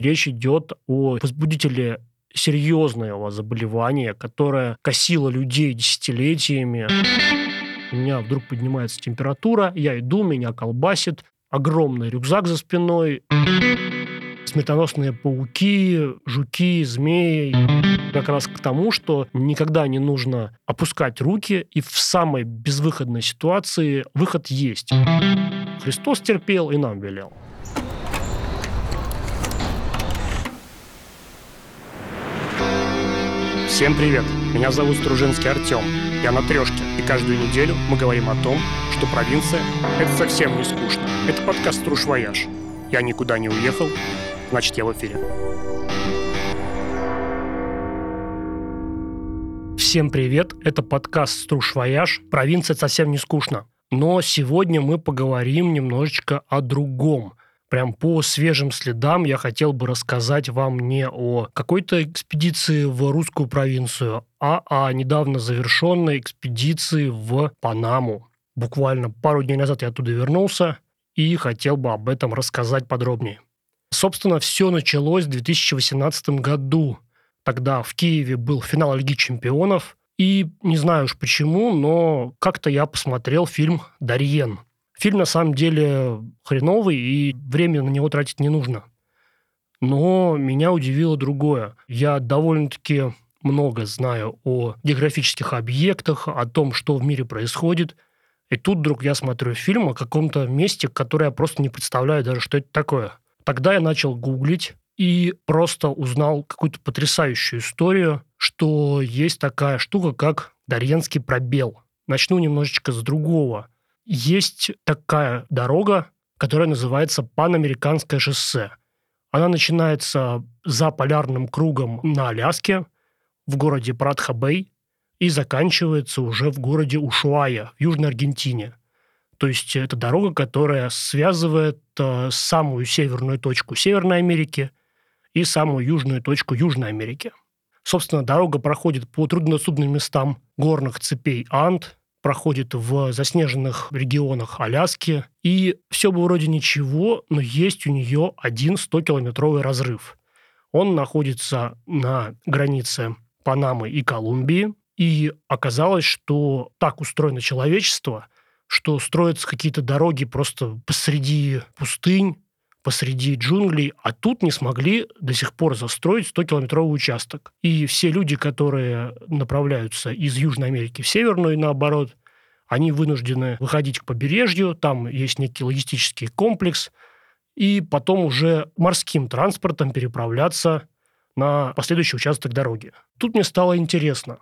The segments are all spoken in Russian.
Речь идет о возбудителе серьезного заболевания, которое косило людей десятилетиями. У меня вдруг поднимается температура, я иду, меня колбасит, огромный рюкзак за спиной, смертоносные пауки, жуки, змеи. Как раз к тому, что никогда не нужно опускать руки, и в самой безвыходной ситуации выход есть. Христос терпел и нам велел. Всем привет! Меня зовут Стружинский Артем. Я на трешке, и каждую неделю мы говорим о том, что провинция – это совсем не скучно. Это подкаст «Струж Вояж». Я никуда не уехал, значит, я в эфире. Всем привет! Это подкаст «Струж Вояж». Провинция – это совсем не скучно. Но сегодня мы поговорим немножечко о другом. Прям по свежим следам я хотел бы рассказать вам не о какой-то экспедиции в русскую провинцию, а о недавно завершенной экспедиции в Панаму. Буквально пару дней назад я оттуда вернулся и хотел бы об этом рассказать подробнее. Собственно, все началось в 2018 году. Тогда в Киеве был финал Лиги чемпионов, и не знаю уж почему, но как-то я посмотрел фильм «Дарьен». Фильм, на самом деле, хреновый, и время на него тратить не нужно. Но меня удивило другое. Я довольно-таки много знаю о географических объектах, о том, что в мире происходит. И тут вдруг я смотрю фильм о каком-то месте, которое я просто не представляю даже, что это такое. Тогда я начал гуглить и просто узнал какую-то потрясающую историю, что есть такая штука, как Дарьенский пробел. Начну немножечко с другого. Есть такая дорога, которая называется Панамериканское шоссе. Она начинается за полярным кругом на Аляске, в городе Пратха-Бэй, и заканчивается уже в городе Ушуайя, в Южной Аргентине. То есть это дорога, которая связывает самую северную точку Северной Америки и самую южную точку Южной Америки. Собственно, дорога проходит по труднодоступным местам горных цепей Анд, проходит в заснеженных регионах Аляски. И все бы вроде ничего, но есть у нее один 100-километровый разрыв. Он находится на границе Панамы и Колумбии. И оказалось, что так устроено человечество, что строятся какие-то дороги просто посреди пустынь, посреди джунглей, а тут не смогли до сих пор застроить 100-километровый участок. И все люди, которые направляются из Южной Америки в Северную и наоборот, они вынуждены выходить к побережью, там есть некий логистический комплекс, и потом уже морским транспортом переправляться на последующий участок дороги. Тут мне стало интересно,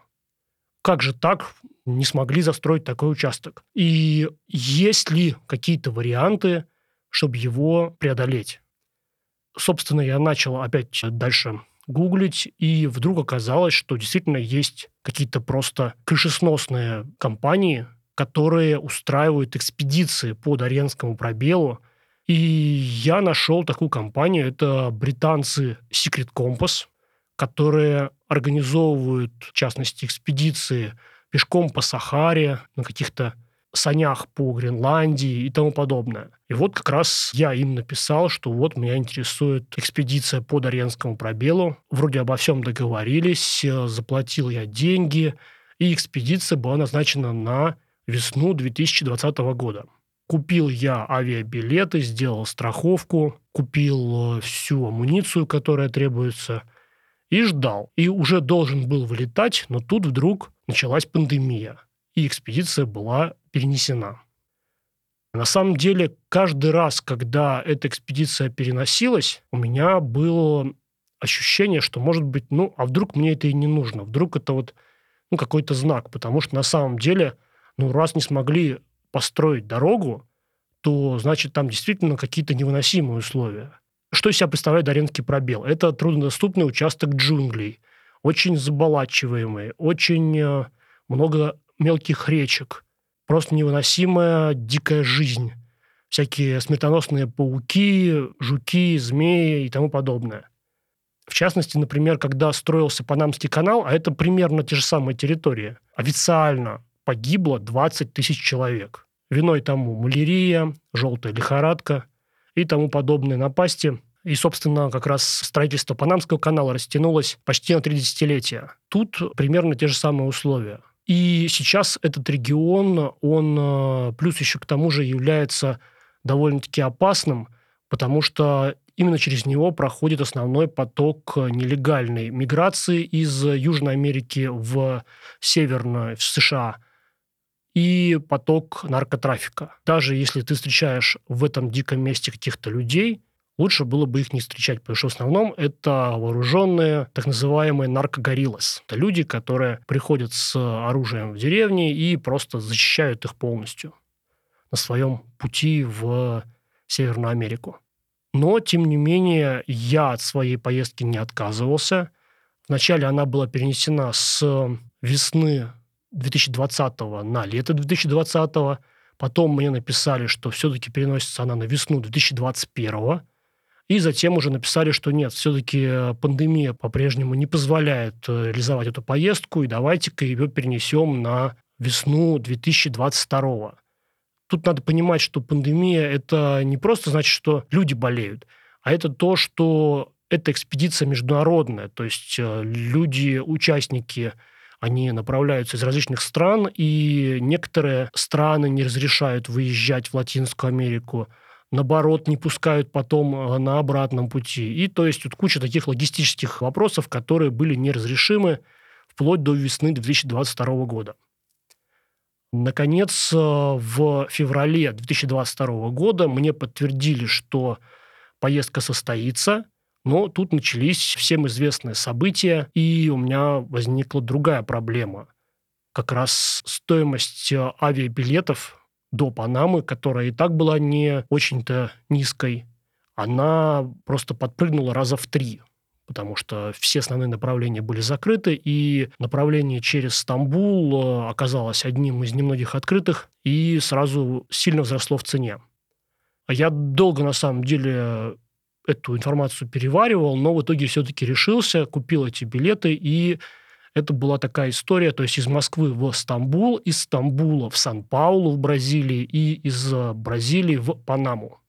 как же так не смогли застроить такой участок? И есть ли какие-то варианты, чтобы его преодолеть? Собственно, я начал опять дальше гуглить, и вдруг оказалось, что действительно есть какие-то просто крышесносные компании, которые устраивают экспедиции по Дарьенскому пробелу. И я нашел такую компанию, это британцы Secret Compass, которые организовывают, в частности, экспедиции пешком по Сахаре, на каких-то санях по Гренландии и тому подобное. И вот как раз я им написал, что вот меня интересует экспедиция по Дарьенскому пробелу. Вроде обо всем договорились, заплатил я деньги, и экспедиция была назначена на весну 2020 года. Купил я авиабилеты, сделал страховку, купил всю амуницию, которая требуется, и ждал. И уже должен был вылетать, но тут вдруг началась пандемия, и экспедиция была перенесена. На самом деле, каждый раз, когда эта экспедиция переносилась, у меня было ощущение, что, может быть, а вдруг мне это и не нужно, вдруг это вот какой-то знак, потому что на самом деле, раз не смогли построить дорогу, то, значит, там действительно какие-то невыносимые условия. Что из себя представляет Дарьенский пробел? Это труднодоступный участок джунглей, очень заболачиваемый, очень много мелких речек, просто невыносимая дикая жизнь. Всякие смертоносные пауки, жуки, змеи и тому подобное. В частности, например, когда строился Панамский канал, а это примерно те же самые территории, официально погибло 20 тысяч человек. Виной тому малярия, желтая лихорадка и тому подобные напасти. И, собственно, как раз строительство Панамского канала растянулось почти на 3 десятилетия. Тут примерно те же самые условия. И сейчас этот регион, он плюс еще к тому же является довольно-таки опасным, потому что именно через него проходит основной поток нелегальной миграции из Южной Америки в Северную, в США, и поток наркотрафика. Даже если ты встречаешь в этом диком месте каких-то людей, лучше было бы их не встречать, потому что в основном это вооруженные, так называемые наркогориллас. Это люди, которые приходят с оружием в деревни и просто защищают их полностью на своем пути в Северную Америку. Но, тем не менее, я от своей поездки не отказывался. Вначале она была перенесена с весны 2020 на лето 2020. Потом мне написали, что все-таки переносится она на весну 2021. И затем уже написали, что нет, все-таки пандемия по-прежнему не позволяет реализовать эту поездку, и давайте-ка ее перенесем на весну 2022. Тут надо понимать, что пандемия – это не просто значит, что люди болеют, а это то, что эта экспедиция международная, то есть люди, участники, они направляются из различных стран, и некоторые страны не разрешают выезжать в Латинскую Америку, наоборот, не пускают потом на обратном пути. И то есть вот куча таких логистических вопросов, которые были неразрешимы вплоть до весны 2022 года. Наконец, в феврале 2022 года мне подтвердили, что поездка состоится, но тут начались всем известные события, и у меня возникла другая проблема. Как раз стоимость авиабилетов до Панамы, которая и так была не очень-то низкой, она просто подпрыгнула раза в 3, потому что все основные направления были закрыты, и направление через Стамбул оказалось одним из немногих открытых и сразу сильно возросло в цене. Я долго, на самом деле, эту информацию переваривал, но в итоге все-таки решился, купил эти билеты, и это была такая история, то есть из Москвы в Стамбул, из Стамбула в Сан-Паулу в Бразилии и из Бразилии в Панаму.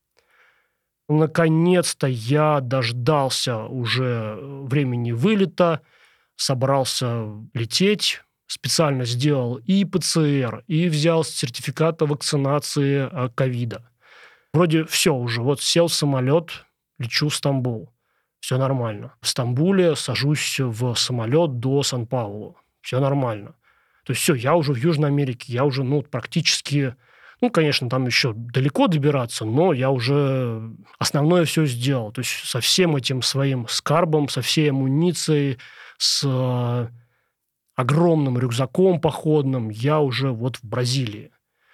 Наконец-то я дождался уже времени вылета, собрался лететь, специально сделал и ПЦР, и взял сертификат о вакцинации ковида. Вроде все уже, вот сел в самолет, лечу в Стамбул. Все нормально. В Стамбуле сажусь в самолет до Сан-Паулу. Все нормально. То есть все, я уже в Южной Америке, я уже практически... конечно, там еще далеко добираться, но я уже основное все сделал. То есть со всем этим своим скарбом, со всей амуницией, с огромным рюкзаком походным я уже вот в Бразилии.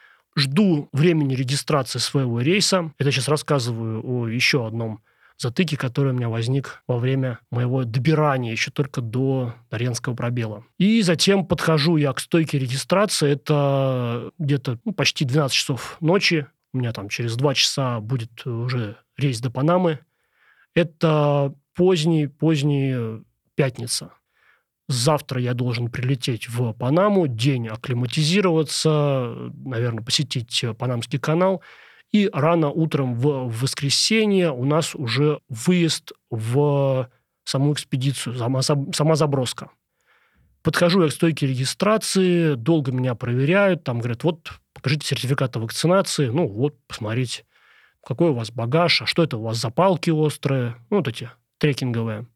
Жду времени регистрации своего рейса. Это сейчас рассказываю о еще одном затыке, который у меня возник во время моего добирания еще только до Даренского пробела. И затем подхожу я к стойке регистрации. Это где-то почти 12 часов ночи. У меня там через 2 часа будет уже рейс до Панамы. Это поздняя пятница. Завтра я должен прилететь в Панаму, день акклиматизироваться, наверное, посетить Панамский канал. И рано утром в воскресенье у нас уже выезд в саму экспедицию, сама заброска. Подхожу я к стойке регистрации, долго меня проверяют, там говорят, вот, покажите сертификат о вакцинации, вот, посмотрите, какой у вас багаж, а что это у вас за палки острые, вот эти трекинговые,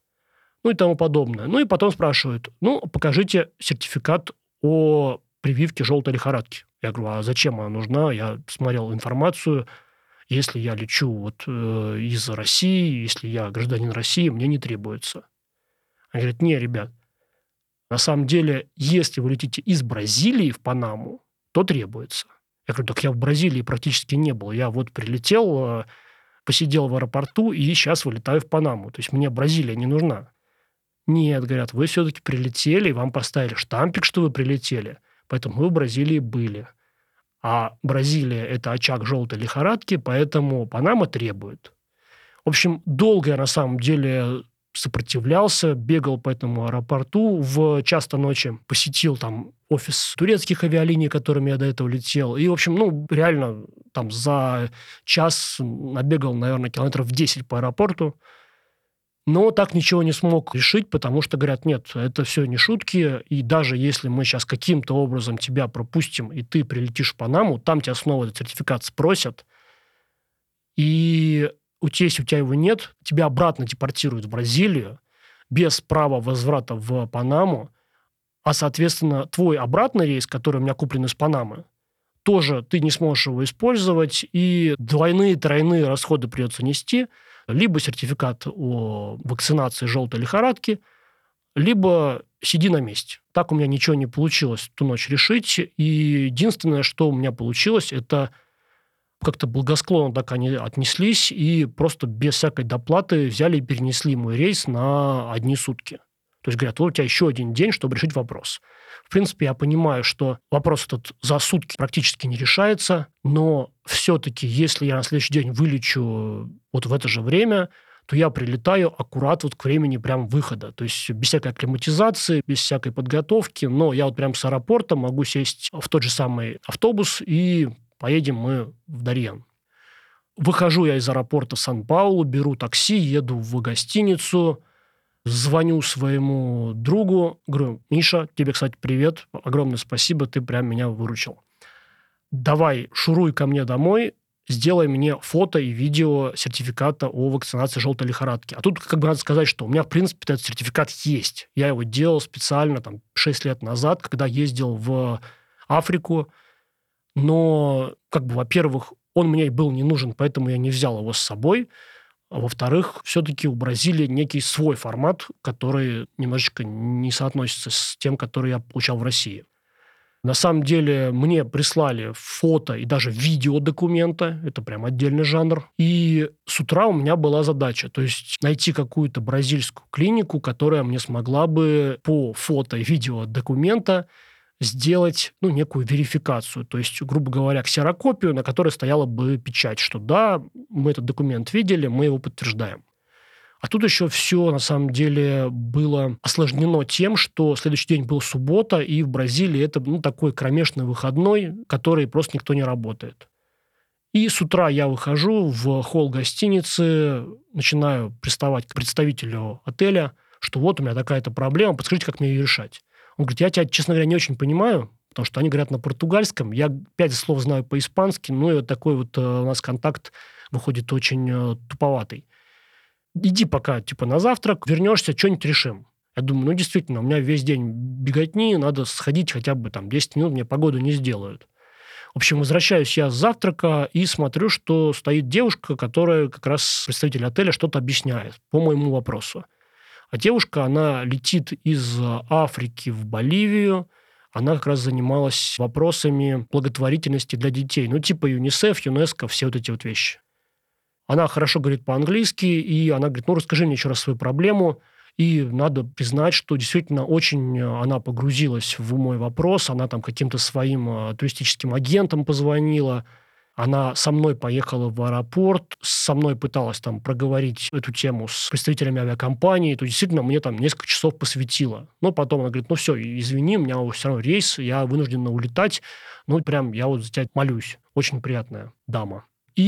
и тому подобное. И потом спрашивают, покажите сертификат о прививке желтой лихорадки. Я говорю, а зачем она нужна? Я смотрел информацию, если я лечу из России, если я гражданин России, мне не требуется. Они говорят, не, ребят, на самом деле, если вы летите из Бразилии в Панаму, то требуется. Я говорю, так я в Бразилии практически не был. Я прилетел, посидел в аэропорту и сейчас вылетаю в Панаму. То есть мне Бразилия не нужна. Нет, говорят, вы все-таки прилетели, вам поставили штампик, что вы прилетели, поэтому вы в Бразилии были. А Бразилия – это очаг желтой лихорадки, поэтому Панама требует. В общем, долго я на самом деле сопротивлялся, бегал по этому аэропорту в час ночи, посетил там офис турецких авиалиний, которыми я до этого летел. И, в общем, реально там за час набегал, наверное, километров 10 по аэропорту. Но так ничего не смог решить, потому что говорят, нет, это все не шутки, и даже если мы сейчас каким-то образом тебя пропустим, и ты прилетишь в Панаму, там тебя снова этот сертификат спросят, и если у тебя его нет, тебя обратно депортируют в Бразилию без права возврата в Панаму, а, соответственно, твой обратный рейс, который у меня куплен из Панамы, тоже ты не сможешь его использовать, и двойные, тройные расходы придется нести, либо сертификат о вакцинации желтой лихорадки, либо сиди на месте. Так у меня ничего не получилось ту ночь решить, и единственное, что у меня получилось, это как-то благосклонно так они отнеслись и просто без всякой доплаты взяли и перенесли мой рейс на одни сутки. То есть говорят, вот у тебя еще один день, чтобы решить вопрос. В принципе, я понимаю, что вопрос этот за сутки практически не решается, но все-таки, если я на следующий день вылечу вот в это же время, то я прилетаю аккурат вот к времени прям выхода. То есть без всякой акклиматизации, без всякой подготовки, но я вот прям с аэропорта могу сесть в тот же самый автобус и поедем мы в Дарьен. Выхожу я из аэропорта Сан-Паулу, беру такси, еду в гостиницу, звоню своему другу, говорю, Миша, тебе, кстати, привет, огромное спасибо, ты прям меня выручил. Давай, шуруй ко мне домой, сделай мне фото и видео сертификата о вакцинации желтой лихорадки. А тут как бы надо сказать, что у меня, в принципе, этот сертификат есть. Я его делал специально 6 лет назад, когда ездил в Африку, но, во-первых, он мне был не нужен, поэтому я не взял его с собой. А во-вторых, все-таки у Бразилии некий свой формат, который немножечко не соотносится с тем, который я получал в России. На самом деле мне прислали фото и даже видео документа, это прям отдельный жанр. И с утра у меня была задача, то есть найти какую-то бразильскую клинику, которая мне смогла бы по фото и видео документа сделать некую верификацию, то есть, грубо говоря, ксерокопию, на которой стояла бы печать, что да, мы этот документ видели, мы его подтверждаем. А тут еще все, на самом деле, было осложнено тем, что следующий день был суббота, и в Бразилии это такой кромешный выходной, который просто никто не работает. И с утра я выхожу в холл гостиницы, начинаю приставать к представителю отеля, что вот у меня такая-то проблема, подскажите, как мне ее решать. Он говорит, я тебя, честно говоря, не очень понимаю, потому что они говорят на португальском, я 5 слов знаю по-испански, и вот такой вот у нас контакт выходит очень туповатый. Иди пока, на завтрак, вернешься, что-нибудь решим. Я думаю, действительно, у меня весь день беготни, надо сходить хотя бы 10 минут, мне погоду не сделают. В общем, возвращаюсь я с завтрака и смотрю, что стоит девушка, которая как раз представитель отеля что-то объясняет по моему вопросу. А девушка, она летит из Африки в Боливию. Она как раз занималась вопросами благотворительности для детей. Типа ЮНИСЕФ, ЮНЕСКО, все вот эти вот вещи. Она хорошо говорит по-английски, и она говорит, расскажи мне еще раз свою проблему. И надо признать, что действительно очень она погрузилась в мой вопрос. Она там каким-то своим туристическим агентам позвонила. Она со мной поехала в аэропорт, со мной пыталась там проговорить эту тему с представителями авиакомпании. То действительно мне там несколько часов посвятила. Но потом она говорит, все, извини, у меня все равно рейс, я вынуждена улетать. Прям я вот за тебя молюсь. Очень приятная дама.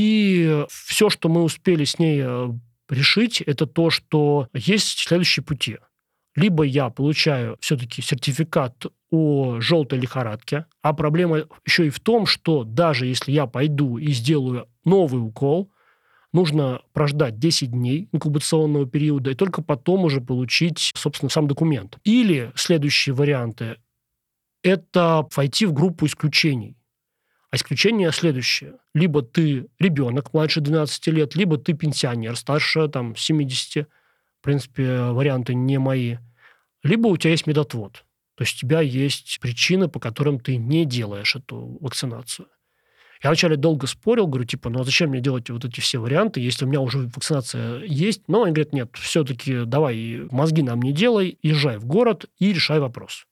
И все, что мы успели с ней решить, это то, что есть следующие пути. Либо я получаю все-таки сертификат о желтой лихорадке, а проблема еще и в том, что даже если я пойду и сделаю новый укол, нужно прождать 10 дней инкубационного периода и только потом уже получить, собственно, сам документ. Или следующие варианты – это войти в группу исключений. А исключение следующее. Либо ты ребенок младше 12 лет, либо ты пенсионер старше 70. В принципе, варианты не мои. Либо у тебя есть медотвод. То есть у тебя есть причины, по которым ты не делаешь эту вакцинацию. Я вначале долго спорил, говорю, а зачем мне делать вот эти все варианты, если у меня уже вакцинация есть? Но они говорят, нет, все-таки давай мозги нам не делай, езжай в город и решай вопрос.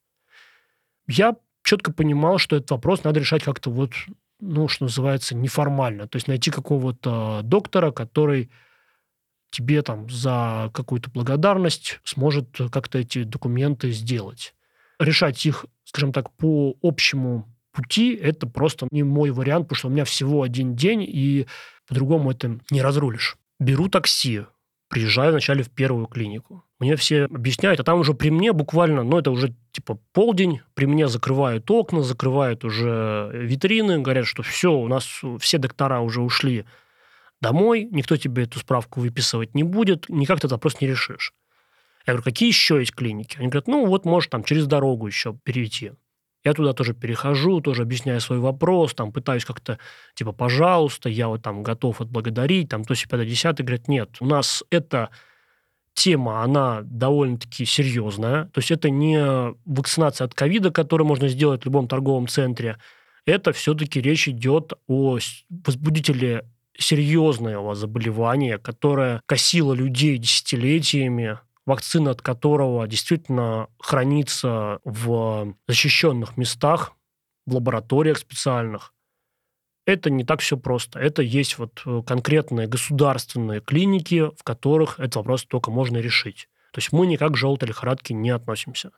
Я четко понимал, что этот вопрос надо решать как-то что называется, неформально. То есть найти какого-то доктора, который тебе там за какую-то благодарность сможет как-то эти документы сделать. Решать их, скажем так, по общему пути – это просто не мой вариант, потому что у меня всего один день, и по-другому это не разрулишь. Беру такси, приезжаю вначале в первую клинику. Мне все объясняют, а там уже при мне буквально, это уже типа полдень, при мне закрывают окна, закрывают уже витрины, говорят, что все, у нас все доктора уже ушли домой, никто тебе эту справку выписывать не будет, никак ты это просто не решишь. Я говорю, какие еще есть клиники? Они говорят, можешь там через дорогу еще перейти. Я туда тоже перехожу, тоже объясняю свой вопрос, там пытаюсь как-то, типа, пожалуйста, я вот там готов отблагодарить, там то, сё, 5, 10. Говорят, нет, у нас эта тема, она довольно-таки серьезная. То есть это не вакцинация от ковида, которую можно сделать в любом торговом центре. Это все-таки речь идет о возбудителе серьезного заболевания, которое косило людей десятилетиями, вакцина от которого действительно хранится в защищенных местах, в лабораториях специальных. Это не так все просто. Это есть конкретные государственные клиники, в которых этот вопрос только можно решить. То есть мы никак к желтой лихорадке не относимся.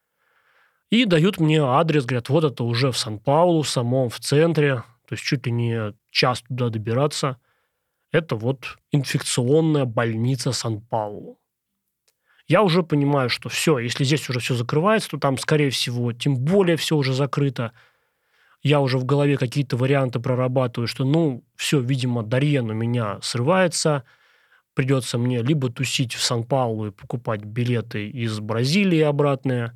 И дают мне адрес, говорят, вот это уже в Сан-Паулу, самом в центре, то есть чуть ли не час туда добираться. Это инфекционная больница Сан-Паулу. Я уже понимаю, что все, если здесь уже все закрывается, то там, скорее всего, тем более все уже закрыто. Я уже в голове какие-то варианты прорабатываю, что, все, видимо, Дарьен у меня срывается, придется мне либо тусить в Сан-Паулу и покупать билеты из Бразилии обратные,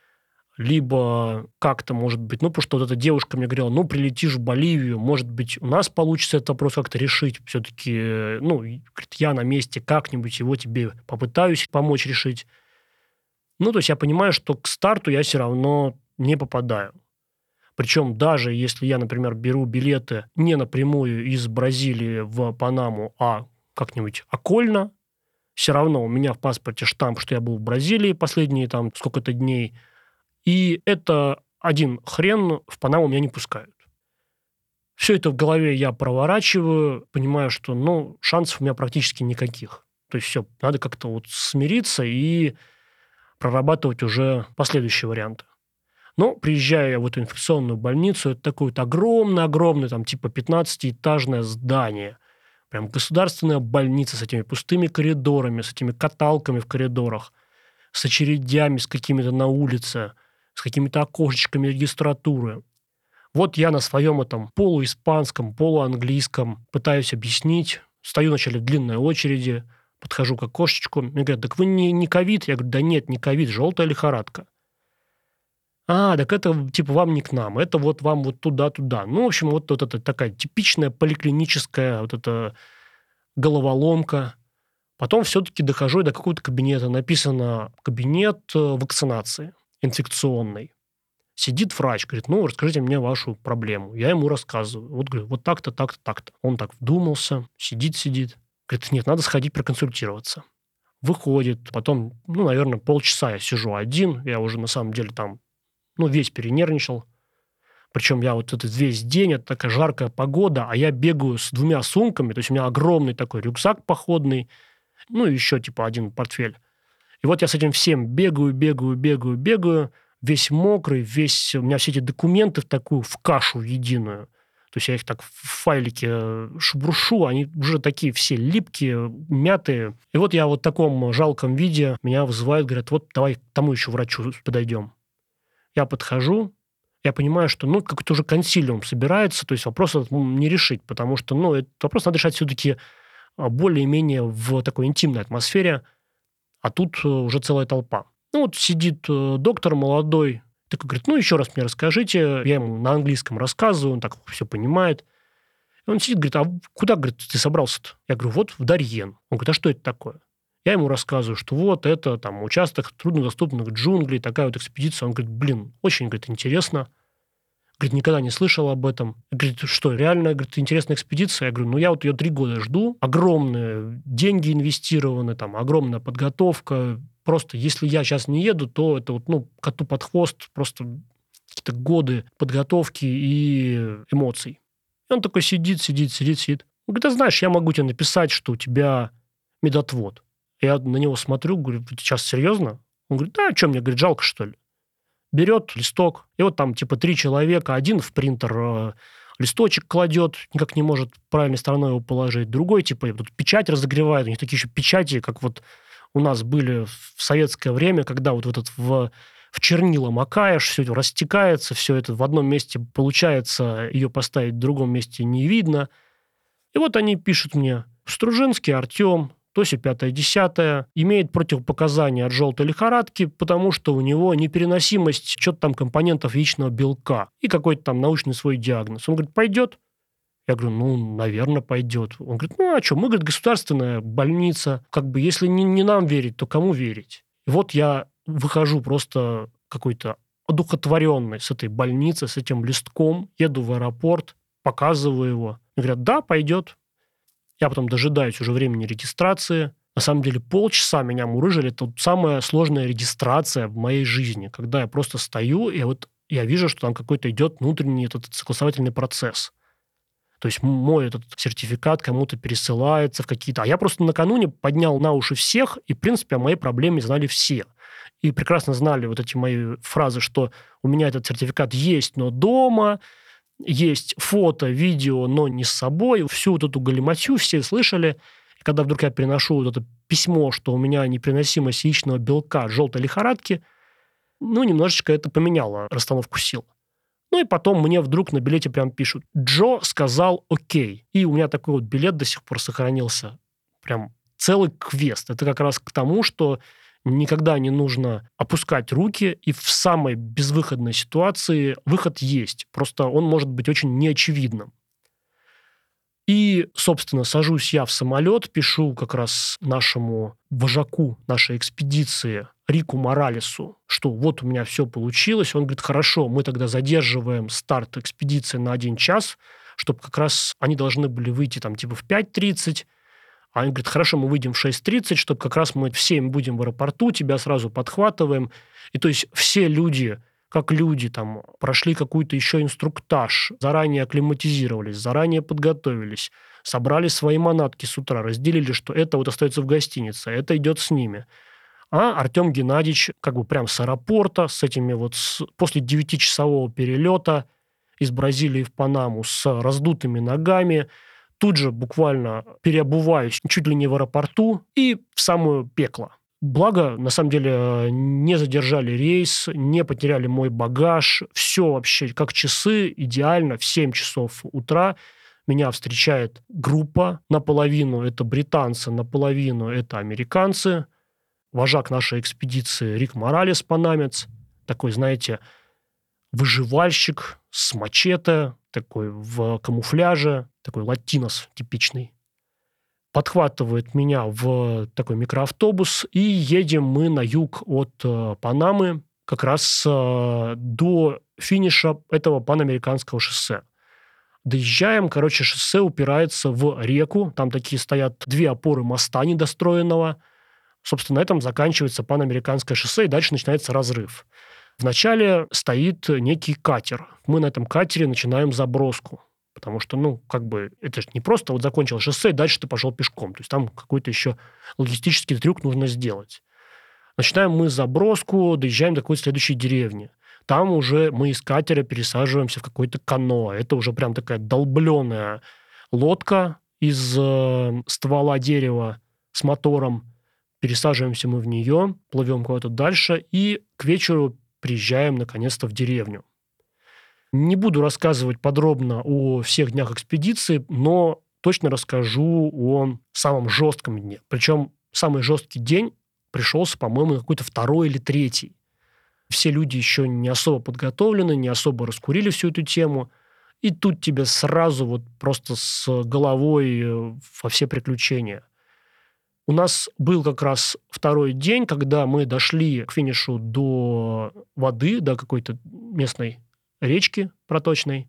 либо как-то, может быть, потому что вот эта девушка мне говорила, прилетишь в Боливию, может быть, у нас получится этот вопрос как-то решить. Все-таки, говорит, я на месте как-нибудь его тебе попытаюсь помочь решить. То есть я понимаю, что к старту я все равно не попадаю. Причем даже если я, например, беру билеты не напрямую из Бразилии в Панаму, а как-нибудь окольно, все равно у меня в паспорте штамп, что я был в Бразилии последние там сколько-то дней, и это один хрен в Панаму меня не пускают. Все это в голове я проворачиваю, понимаю, что, шансов у меня практически никаких. То есть все, надо как-то смириться и прорабатывать уже последующие варианты. Но приезжаю я в эту инфекционную больницу, это такое огромное-огромное, там типа 15-этажное здание. Прям государственная больница с этими пустыми коридорами, с этими каталками в коридорах, с очередями, с какими-то на улице, с какими-то окошечками регистратуры. Я на своем этом полуиспанском, полуанглийском пытаюсь объяснить. Стою вначале в длинной очереди, подхожу к окошечку. Мне говорят, так вы не ковид? Я говорю, да нет, не ковид, желтая лихорадка. Так это типа вам не к нам, это вам туда-туда. В общем, это такая типичная поликлиническая эта головоломка. Потом все-таки дохожу до какого-то кабинета. Написано «кабинет вакцинации инфекционной». Сидит врач, говорит, расскажите мне вашу проблему. Я ему рассказываю. Говорю, так-то, так-то, так-то. Он так вдумался, сидит. Говорит, нет, надо сходить проконсультироваться. Выходит, потом, наверное, полчаса я сижу один. Я уже на самом деле там, весь перенервничал. Причем я этот весь день, это такая жаркая погода, а я бегаю с 2 сумками. То есть у меня огромный такой рюкзак походный, и еще типа один портфель. И я с этим всем бегаю, весь мокрый, у меня все эти документы в кашу единую. То есть я их так в файлике шебуршу, они уже такие все липкие, мятые. И я в таком жалком виде, меня вызывают, говорят, давай к тому еще врачу подойдем. Я подхожу, я понимаю, что, как-то уже консилиум собирается, то есть вопрос этот не решить, потому что, этот вопрос надо решать все-таки более-менее в такой интимной атмосфере, а тут уже целая толпа. Сидит доктор молодой, такой говорит, еще раз мне расскажите. Я ему на английском рассказываю, он так все понимает. И он сидит, говорит, а куда, говорит, ты собрался-то? Я говорю, в Дарьен. Он говорит, а что это такое? Я ему рассказываю, что это там участок труднодоступных джунглей, такая экспедиция. Он говорит, очень, говорит, интересно. Говорит, никогда не слышал об этом. Говорит, что, реально, говорит, интересная экспедиция? Я говорю, я ее 3 года жду. Огромные деньги инвестированы, там, огромная подготовка. Просто если я сейчас не еду, то это коту под хвост, просто какие-то годы подготовки и эмоций. И он такой сидит. Он говорит, знаешь, я могу тебе написать, что у тебя медотвод. Я на него смотрю, говорю: "Вы сейчас серьезно?" Он говорит: "Да, что мне, говорит, жалко, что ли?" Берет листок, и вот там типа 3 человека, один в принтер листочек кладет, никак не может правильной стороной его положить, другой типа тут печать разогревает, у них такие еще печати, как вот у нас были в советское время, когда вот в чернила макаешь, все это растекается, все это в одном месте получается, ее поставить в другом месте не видно. И вот они пишут мне: "Стружинский Артем, то сё пятое, десятое, имеет противопоказания от желтой лихорадки, потому что у него непереносимость чё-то там компонентов яичного белка и какой-то там научный свой диагноз". Он говорит: "Пойдет?" Я говорю: "Ну, наверное, пойдет". Он говорит: "Ну, а чё, мы, говорит, государственная больница, как бы если не нам верить, то кому верить?" И вот я выхожу просто какой-то одухотворенный с этой больницы, с этим листком, еду в аэропорт, показываю его. Мне говорят: "Да, пойдет". Я потом дожидаюсь уже времени регистрации. На самом деле полчаса меня мурыжили. Это вот самая сложная регистрация в моей жизни, когда я просто стою, и вот я вижу, что там какой-то идет внутренний этот согласовательный процесс. То есть мой этот сертификат кому-то пересылается в какие-то... А я просто накануне поднял на уши всех, и, в принципе, о моей проблеме знали все. И прекрасно знали вот эти мои фразы, что у меня этот сертификат есть, но дома, есть фото, видео, но не с собой. Всю вот эту галиматью все слышали. И когда вдруг я приношу вот это письмо, что у меня непереносимость яичного белка желтой лихорадки, ну, немножечко это поменяло расстановку сил. Ну и потом мне вдруг на билете прям пишут: "Джо сказал окей". И у меня такой вот билет до сих пор сохранился. Прям целый квест. Это как раз к тому, что никогда не нужно опускать руки, и в самой безвыходной ситуации выход есть. Просто он может быть очень неочевидным. И, собственно, сажусь я в самолет, пишу как раз нашему вожаку нашей экспедиции Рику Моралесу, что вот у меня все получилось. Он говорит: "Хорошо, мы тогда задерживаем старт экспедиции на 1 час, чтобы как раз они должны были выйти там типа в 5:30. А он говорит: "Хорошо, мы выйдем в 6:30, чтобы как раз мы в 7 будем в аэропорту, тебя сразу подхватываем". И то есть все люди, как люди, там, прошли какой-то еще инструктаж, заранее акклиматизировались, заранее подготовились, собрали свои манатки с утра, разделили, что это вот остается в гостинице, это идет с ними. А Артем Геннадьевич как бы прям с аэропорта, с этими вот после 9-часового перелета из Бразилии в Панаму с раздутыми ногами, тут же буквально переобуваюсь чуть ли не в аэропорту и в самое пекло. Благо, на самом деле, не задержали рейс, не потеряли мой багаж. Все вообще как часы, идеально. В 7 часов утра меня встречает группа. Наполовину это британцы, наполовину это американцы. Вожак нашей экспедиции Рик Моралес, панамец. Такой, знаете, выживальщик с мачете, такой в камуфляже, такой латинос типичный. Подхватывает меня в такой микроавтобус, и едем мы на юг от Панамы как раз до финиша этого панамериканского шоссе. Доезжаем, короче, шоссе упирается в реку, там такие стоят 2 опоры моста недостроенного. Собственно, на этом заканчивается панамериканское шоссе, и дальше начинается разрыв. Вначале стоит некий катер. Мы на этом катере начинаем заброску. Потому что, ну, как бы, это же не просто вот закончил шоссе, и дальше ты пошел пешком. То есть там какой-то еще логистический трюк нужно сделать. Начинаем мы заброску, доезжаем до какой-то следующей деревни. Там уже мы из катера пересаживаемся в какое-то каноэ. Это уже прям такая долбленная лодка из ствола дерева с мотором. Пересаживаемся мы в нее, плывем куда-то дальше, и к вечеру приезжаем наконец-то в деревню. Не буду рассказывать подробно о всех днях экспедиции, но точно расскажу о самом жестком дне. Причем самый жесткий день пришелся, по-моему, на какой-то 2-й или 3-й. Все люди еще не особо подготовлены, не особо раскурили всю эту тему. И тут тебе сразу вот просто с головой во все приключения. У нас был как раз 2-й день, когда мы дошли к финишу до воды, до какой-то местной речки проточной.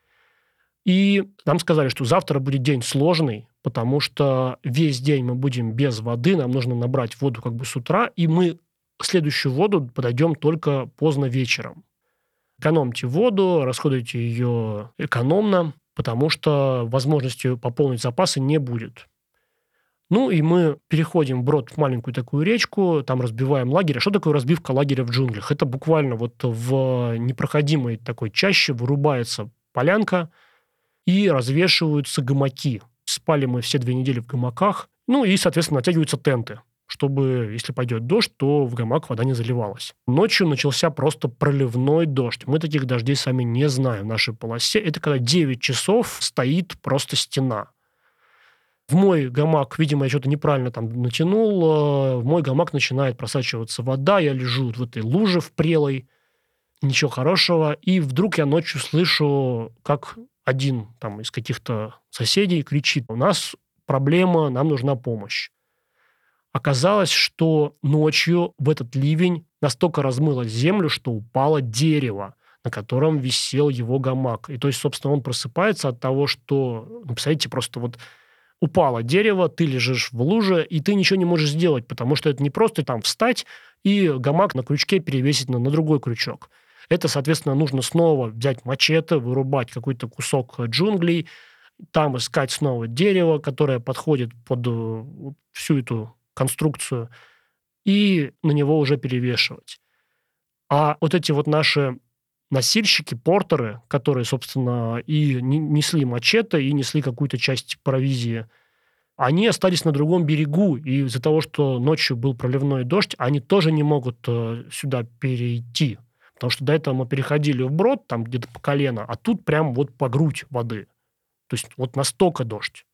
И нам сказали, что завтра будет день сложный, потому что весь день мы будем без воды, нам нужно набрать воду как бы с утра, и мы следующую воду подойдем только поздно вечером. Экономьте воду, расходуйте ее экономно, потому что возможности пополнить запасы не будет. Ну, и мы переходим вброд в маленькую такую речку, там разбиваем лагерь. А что такое разбивка лагеря в джунглях? Это буквально вот в непроходимой такой чаще вырубается полянка и развешиваются гамаки. Спали мы все 2 недели в гамаках. Ну и, соответственно, натягиваются тенты, чтобы, если пойдет дождь, то в гамак вода не заливалась. Ночью начался просто проливной дождь. Мы таких дождей сами не знаем в нашей полосе. Это когда 9 часов стоит просто стена. В мой гамак, видимо, я что-то неправильно там натянул, в мой гамак начинает просачиваться вода, я лежу вот в этой луже впрелой, ничего хорошего, и вдруг я ночью слышу, как один там из каких-то соседей кричит: «У нас проблема, нам нужна помощь». Оказалось, что ночью в этот ливень настолько размыло землю, что упало дерево, на котором висел его гамак. И то есть, собственно, он просыпается от того, что, ну, представляете, просто вот упало дерево, ты лежишь в луже, и ты ничего не можешь сделать, потому что это не просто там встать и гамак на крючке перевесить на другой крючок. Это, соответственно, нужно снова взять мачете, вырубать какой-то кусок джунглей, там искать снова дерево, которое подходит под всю эту конструкцию, и на него уже перевешивать. А вот эти вот наши носильщики, портеры, которые, собственно, и несли мачете, и несли какую-то часть провизии, они остались на другом берегу, и из-за того, что ночью был проливной дождь, они тоже не могут сюда перейти. Потому что до этого мы переходили вброд, там где-то по колено, а тут прям вот по грудь воды. То есть вот настолько дождь.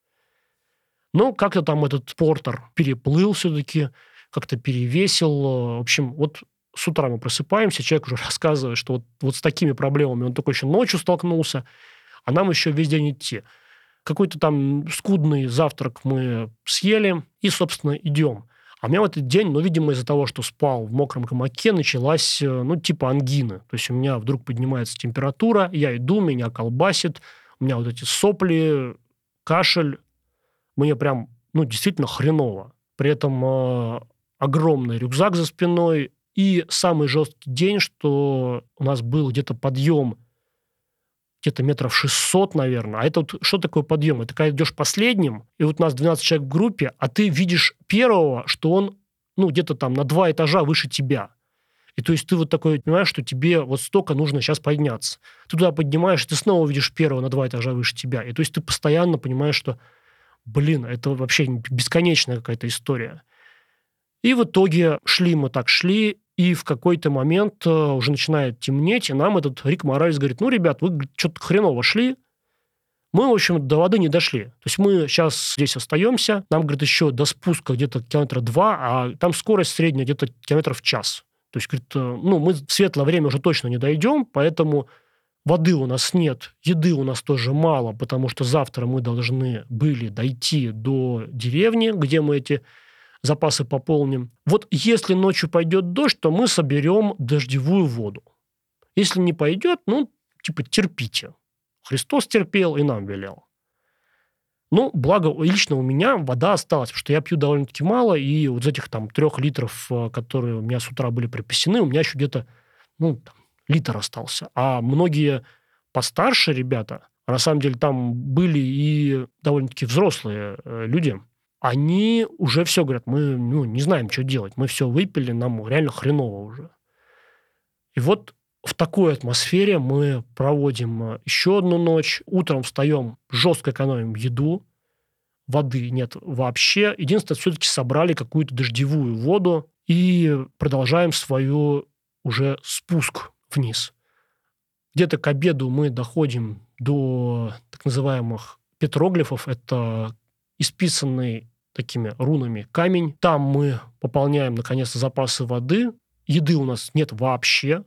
Но как-то там этот портер переплыл все-таки, как-то перевесил. В общем, вот с утра мы просыпаемся, человек уже рассказывает, что вот с такими проблемами он только еще ночью столкнулся, а нам еще весь день идти. Какой-то там скудный завтрак мы съели и, собственно, идем. А у меня в этот день, ну, видимо, из-за того, что спал в мокром гамаке, началась, ну, типа ангины. То есть у меня вдруг поднимается температура, я иду, меня колбасит, у меня вот эти сопли, кашель. Мне прям, ну, действительно хреново. При этом огромный рюкзак за спиной. И самый жесткий день, что у нас был где-то подъем где-то метров 600, наверное. А это вот что такое подъем? Это когда идешь последним, и вот нас 12 человек в группе, а ты видишь первого, что он, ну, где-то там на 2 этажа выше тебя. И то есть ты вот такой понимаешь, что тебе вот столько нужно сейчас подняться. Ты туда поднимаешь, ты снова видишь первого на 2 этажа выше тебя. И то есть ты постоянно понимаешь, что, блин, это вообще бесконечная какая-то история. И в итоге шли, и в какой-то момент уже начинает темнеть, и нам этот Рик Моралес говорит: ну, ребят, вы что-то хреново шли, мы, в общем, до воды не дошли. То есть мы сейчас здесь остаемся, нам, говорит, еще до спуска где-то километра 2, а там скорость средняя где-то километров в час. То есть, говорит, ну, мы в светлое время уже точно не дойдем, поэтому воды у нас нет, еды у нас тоже мало, потому что завтра мы должны были дойти до деревни, где мы эти запасы пополним. Вот если ночью пойдет дождь, то мы соберем дождевую воду. Если не пойдет, ну, типа, терпите. Христос терпел и нам велел. Ну, благо, лично у меня вода осталась, потому что я пью довольно-таки мало, и вот из этих там 3 литров, которые у меня с утра были припасены, у меня еще где-то, ну, там, литр остался. А многие постарше ребята, а на самом деле там были и довольно-таки взрослые люди, они уже все говорят: мы, ну, не знаем, что делать, мы все выпили, нам реально хреново уже. И вот в такой атмосфере мы проводим еще одну ночь. Утром встаем, жестко экономим еду, воды нет вообще. Единственное, все-таки собрали какую-то дождевую воду и продолжаем свою уже спуск вниз. Где-то к обеду мы доходим до так называемых петроглифов. Это исписанный такими рунами камень. Там мы пополняем, наконец-то, запасы воды. Еды у нас нет вообще.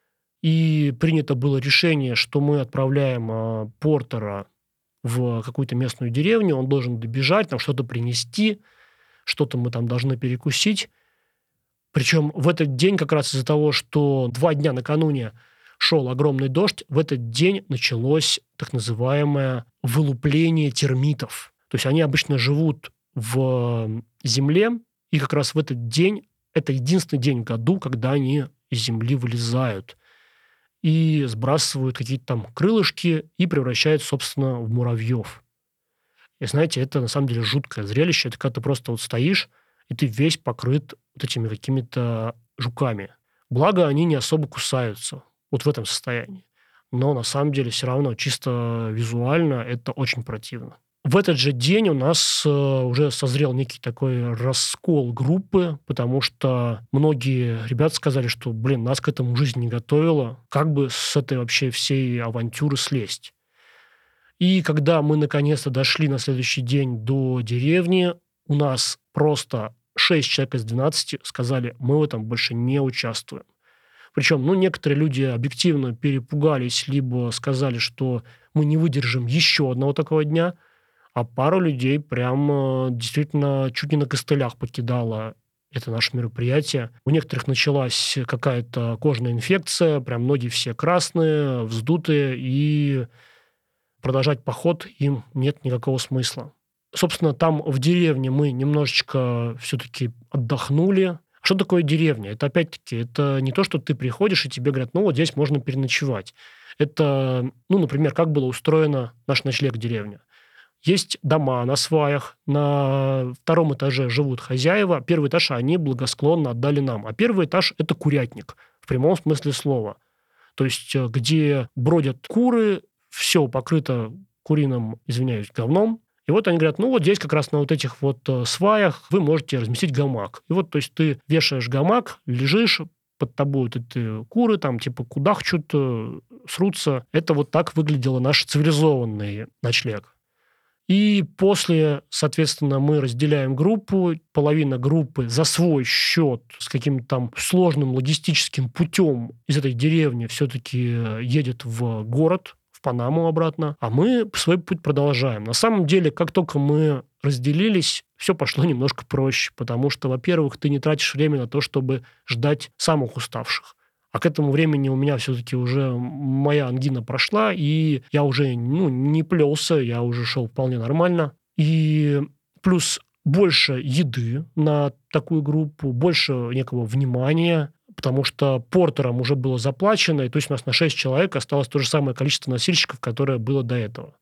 И принято было решение, что мы отправляем портера в какую-то местную деревню, он должен добежать, там что-то принести, что-то мы там должны перекусить. Причем в этот день, как раз из-за того, что 2 дня накануне шел огромный дождь, в этот день началось так называемое вылупление термитов. То есть они обычно живут в земле, и как раз в этот день, это единственный день в году, когда они из земли вылезают и сбрасывают какие-то там крылышки и превращают, собственно, в муравьев. И знаете, это на самом деле жуткое зрелище. Это когда ты просто вот стоишь, и ты весь покрыт вот этими какими-то жуками. Благо, они не особо кусаются вот в этом состоянии. Но на самом деле все равно чисто визуально это очень противно. В этот же день у нас уже созрел некий такой раскол группы, потому что многие ребята сказали, что, блин, нас к этому жизнь не готовила, как бы с этой вообще всей авантюры слезть. И когда мы наконец-то дошли на следующий день до деревни, у нас просто 6 человек из 12 сказали, мы в этом больше не участвуем. Причем, некоторые люди объективно перепугались, либо сказали, что мы не выдержим еще одного такого дня, а пару людей прям действительно чуть не на костылях покидало это наше мероприятие. У некоторых началась какая-то кожная инфекция, прям ноги все красные, вздутые, и продолжать поход им нет никакого смысла. Собственно, там в деревне мы немножечко все-таки отдохнули. Что такое деревня? Это опять-таки, это не то, что ты приходишь, и тебе говорят, вот здесь можно переночевать. Это, например, как было устроено наш ночлег деревня. Есть дома на сваях, на втором этаже живут хозяева, первый этаж они благосклонно отдали нам, а первый этаж – это курятник, в прямом смысле слова. То есть, где бродят куры, все покрыто куриным, извиняюсь, говном. И вот они говорят, вот здесь как раз на вот этих вот сваях вы можете разместить гамак. И вот, то есть, ты вешаешь гамак, лежишь, под тобой вот эти куры там типа кудахчут, срутся. Это вот так выглядело наш цивилизованный ночлег. И после, соответственно, мы разделяем группу. Половина группы за свой счет с каким-то там сложным логистическим путем из этой деревни все-таки едет в город, в Панаму обратно, а мы свой путь продолжаем. На самом деле, как только мы разделились, все пошло немножко проще, потому что, во-первых, ты не тратишь время на то, чтобы ждать самых уставших. А к этому времени у меня все-таки уже моя ангина прошла, и я уже не плелся, я уже шел вполне нормально. И плюс больше еды на такую группу, больше некого внимания, потому что портерам уже было заплачено, и то есть у нас на 6 человек осталось то же самое количество носильщиков, которое было до этого.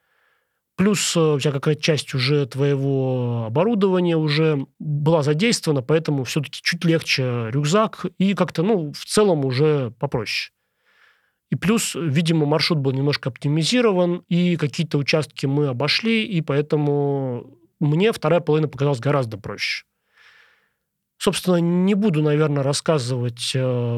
Плюс у тебя какая-то часть уже твоего оборудования уже была задействована, поэтому все-таки чуть легче рюкзак и как-то, в целом уже попроще. И плюс, видимо, маршрут был немножко оптимизирован, и какие-то участки мы обошли, и поэтому мне вторая половина показалась гораздо проще. Собственно, не буду, наверное, рассказывать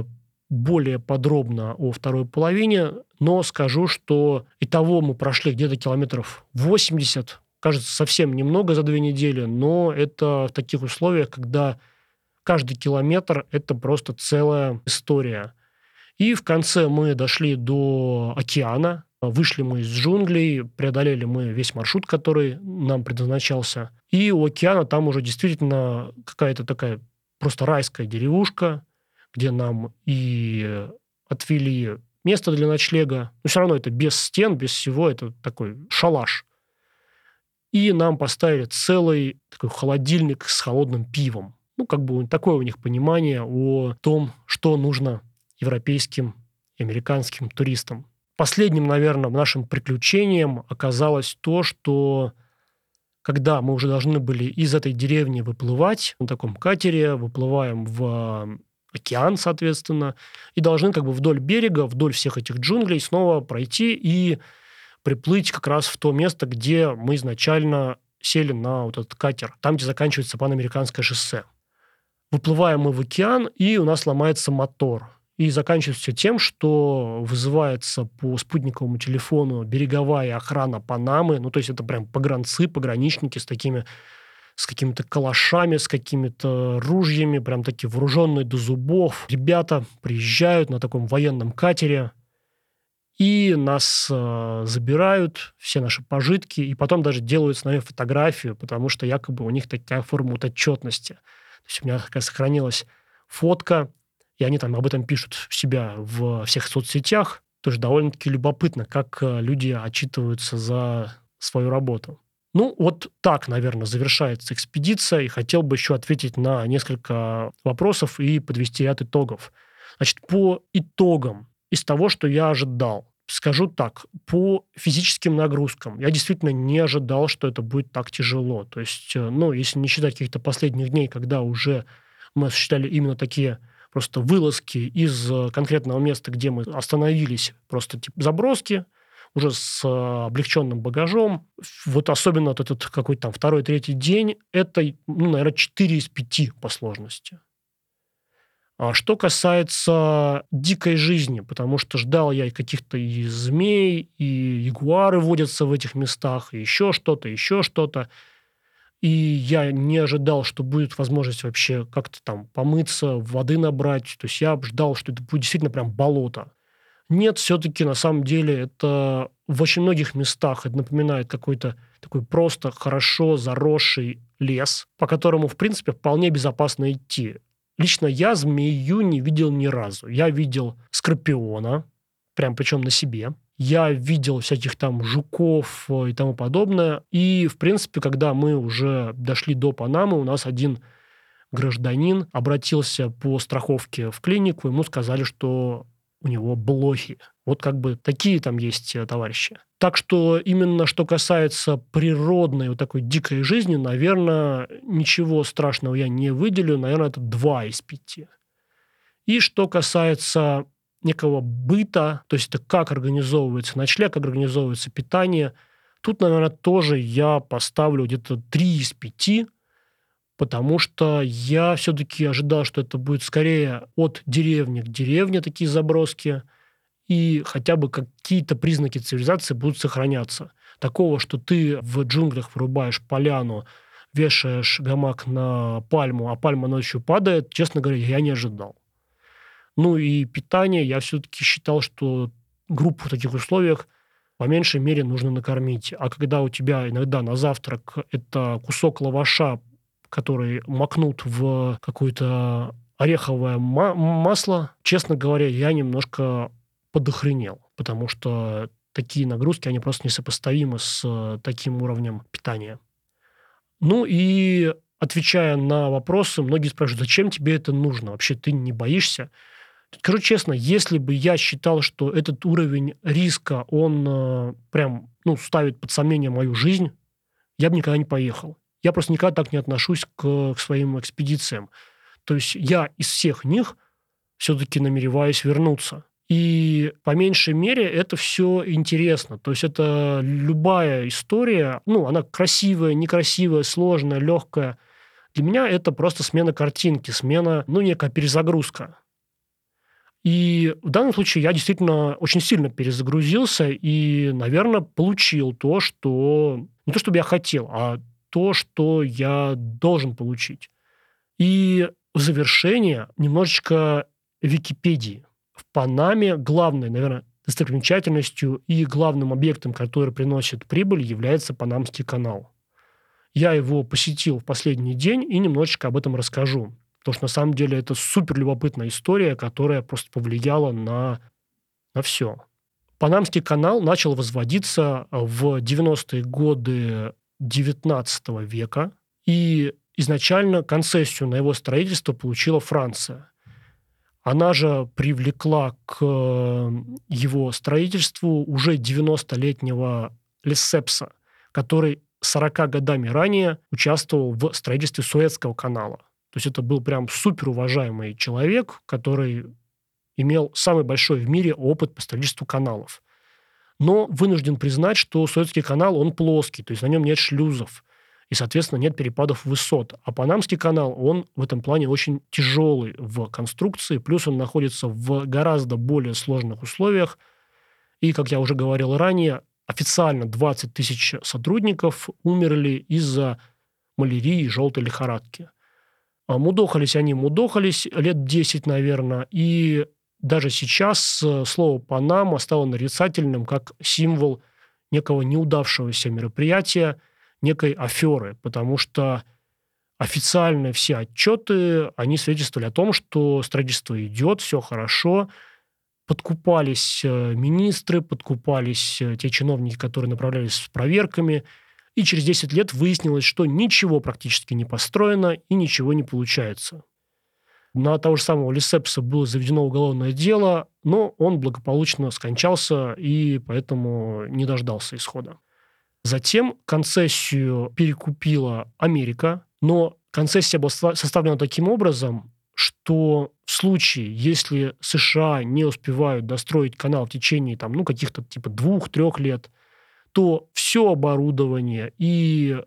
более подробно о второй половине, но скажу, что итого мы прошли где-то километров 80, кажется, совсем немного за 2 недели, но это в таких условиях, когда каждый километр – это просто целая история. И в конце мы дошли до океана, вышли мы из джунглей, преодолели мы весь маршрут, который нам предназначался. И у океана там уже действительно какая-то такая просто райская деревушка, где нам и отвели место для ночлега. Но все равно это без стен, без всего, это такой шалаш. И нам поставили целый такой холодильник с холодным пивом. Такое у них понимание о том, что нужно европейским и американским туристам. Последним, наверное, нашим приключением оказалось то, что когда мы уже должны были из этой деревни выплывать на таком катере, выплываем в океан, соответственно, и должны вдоль берега, вдоль всех этих джунглей снова пройти и приплыть как раз в то место, где мы изначально сели на вот этот катер, там, где заканчивается панамериканское шоссе. Выплываем мы в океан, и у нас ломается мотор. И заканчивается все тем, что вызывается по спутниковому телефону береговая охрана Панамы, то есть это прям погранцы, пограничники с какими-то калашами, с какими-то ружьями, прям такие вооруженные до зубов. Ребята приезжают на таком военном катере, и нас забирают, все наши пожитки, и потом даже делают с нами фотографию, потому что якобы у них такая форма отчетности. То есть у меня такая сохранилась фотка, и они там об этом пишут себя в всех соцсетях. Тоже довольно-таки любопытно, как люди отчитываются за свою работу. Вот так, наверное, завершается экспедиция, и хотел бы еще ответить на несколько вопросов и подвести ряд итогов. Значит, по итогам, из того, что я ожидал. Скажу так, по физическим нагрузкам я действительно не ожидал, что это будет так тяжело. То есть, ну, если не считать каких-то последних дней, когда уже мы осуществляли именно такие просто вылазки из конкретного места, где мы остановились, просто типа заброски, уже с облегченным багажом. Вот особенно вот этот какой-то там второй, третий день, это, ну, наверное, 4 из 5 по сложности. А что касается дикой жизни, потому что ждал я и каких-то и змей, и ягуары водятся в этих местах, и еще что-то, еще что-то. И я не ожидал, что будет возможность вообще как-то там помыться, воды набрать. То есть я ждал, что это будет действительно прям болото. Нет, все-таки на самом деле это в очень многих местах это напоминает какой-то такой просто хорошо заросший лес, по которому, в принципе, вполне безопасно идти. Лично я змею не видел ни разу. Я видел скорпиона, прям причем на себе. Я видел всяких там жуков и тому подобное. И, в принципе, когда мы уже дошли до Панамы, у нас один гражданин обратился по страховке в клинику, ему сказали, что у него блохи. Вот как бы такие там есть товарищи. Так что именно что касается природной вот такой дикой жизни, наверное, ничего страшного я не выделю. Наверное, это 2 из 5. И что касается некого быта, то есть это как организовывается ночлег, как организовывается питание, тут, наверное, тоже я поставлю где-то 3 из 5, потому что я все-таки ожидал, что это будет скорее от деревни к деревне такие заброски, и хотя бы какие-то признаки цивилизации будут сохраняться. Такого, что ты в джунглях вырубаешь поляну, вешаешь гамак на пальму, а пальма ночью падает, честно говоря, я не ожидал. Ну и питание, я все-таки считал, что группу в таких условиях по меньшей мере нужно накормить. А когда у тебя иногда на завтрак это кусок лаваша, который макнут в какое-то ореховое масло, честно говоря, я немножко подохренел, потому что такие нагрузки, они просто несопоставимы с таким уровнем питания. Ну и отвечая на вопросы, многие спрашивают, зачем тебе это нужно? Вообще ты не боишься? Скажу честно, если бы я считал, что этот уровень риска, он прям, ну, ставит под сомнение мою жизнь, я бы никогда не поехал. Я просто никогда так не отношусь к своим экспедициям. То есть я из всех них все-таки намереваюсь вернуться. И по меньшей мере это все интересно. То есть это любая история, ну, она красивая, некрасивая, сложная, легкая. Для меня это просто смена картинки, смена, ну, некая перезагрузка. И в данном случае я действительно очень сильно перезагрузился и, наверное, получил то, что... Не то, чтобы я хотел, а то, что я должен получить. И в завершение немножечко Википедии. В Панаме главной, наверное, достопримечательностью и главным объектом, который приносит прибыль, является Панамский канал. Я его посетил в последний день и немножечко об этом расскажу. Потому что на самом деле это супер любопытная история, которая просто повлияла на все. Панамский канал начал возводиться в 90-е годы XIX века, и изначально концессию на его строительство получила Франция. Она же привлекла к его строительству уже 90-летнего Лессепса, который 40 годами ранее участвовал в строительстве Суэцкого канала. То есть это был прям суперуважаемый человек, который имел самый большой в мире опыт по строительству каналов. Но вынужден признать, что Суэцкий канал, он плоский, то есть на нем нет шлюзов, и, соответственно, нет перепадов высот. А Панамский канал, он в этом плане очень тяжелый в конструкции, плюс он находится в гораздо более сложных условиях. И, как я уже говорил ранее, официально 20 тысяч сотрудников умерли из-за малярии и желтой лихорадки. Мудохались они, лет 10, наверное, и даже сейчас слово «Панама» стало нарицательным как символ некого неудавшегося мероприятия, некой аферы, потому что официальные все отчеты, они свидетельствовали о том, что строительство идет, все хорошо, подкупались министры, подкупались те чиновники, которые направлялись с проверками, и через 10 лет выяснилось, что ничего практически не построено и ничего не получается. На того же самого Лесепса было заведено уголовное дело, но он благополучно скончался и поэтому не дождался исхода. Затем концессию перекупила Америка, но концессия была составлена таким образом, что в случае, если США не успевают достроить канал в течение каких-то типа 2-3 лет, то все оборудование и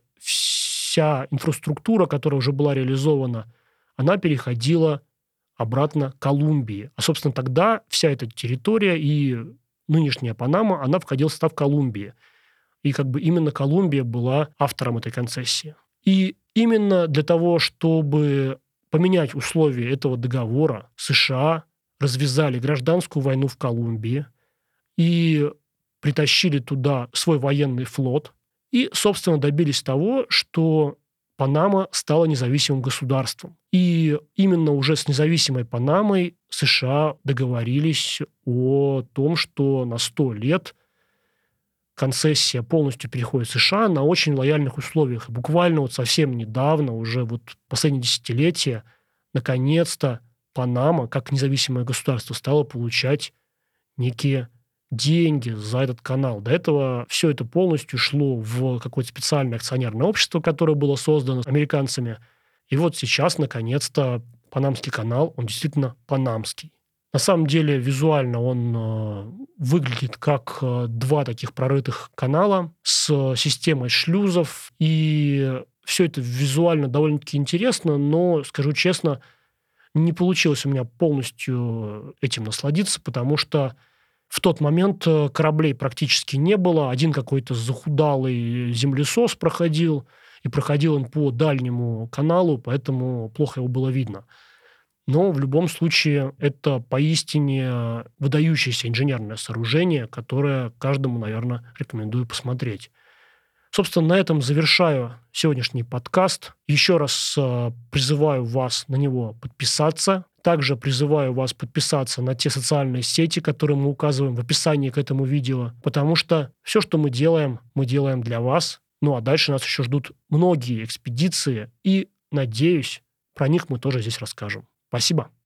вся инфраструктура, которая уже была реализована, она переходила обратно к Колумбии. А, собственно, тогда вся эта территория и нынешняя Панама, она входила в состав Колумбии. И именно Колумбия была автором этой концессии. И именно для того, чтобы поменять условия этого договора, США развязали гражданскую войну в Колумбии и притащили туда свой военный флот и, собственно, добились того, что Панама стала независимым государством. И именно уже с независимой Панамой США договорились о том, что на 100 лет концессия полностью переходит в США на очень лояльных условиях. И буквально совсем недавно, уже последние десятилетия, наконец-то Панама, как независимое государство, стала получать некие деньги за этот канал. До этого все это полностью шло в какое-то специальное акционерное общество, которое было создано американцами. И вот сейчас, наконец-то, Панамский канал, он действительно панамский. На самом деле, визуально он выглядит как два таких прорытых канала с системой шлюзов. И все это визуально довольно-таки интересно, но, скажу честно, не получилось у меня полностью этим насладиться, потому что в тот момент кораблей практически не было. Один какой-то захудалый землесос проходил, и проходил он по дальнему каналу, поэтому плохо его было видно. Но в любом случае это поистине выдающееся инженерное сооружение, которое каждому, наверное, рекомендую посмотреть. Собственно, на этом завершаю сегодняшний подкаст. Еще раз призываю вас на него подписаться. Также призываю вас подписаться на те социальные сети, которые мы указываем в описании к этому видео, потому что все, что мы делаем для вас. Ну а дальше нас еще ждут многие экспедиции, и, надеюсь, про них мы тоже здесь расскажем. Спасибо.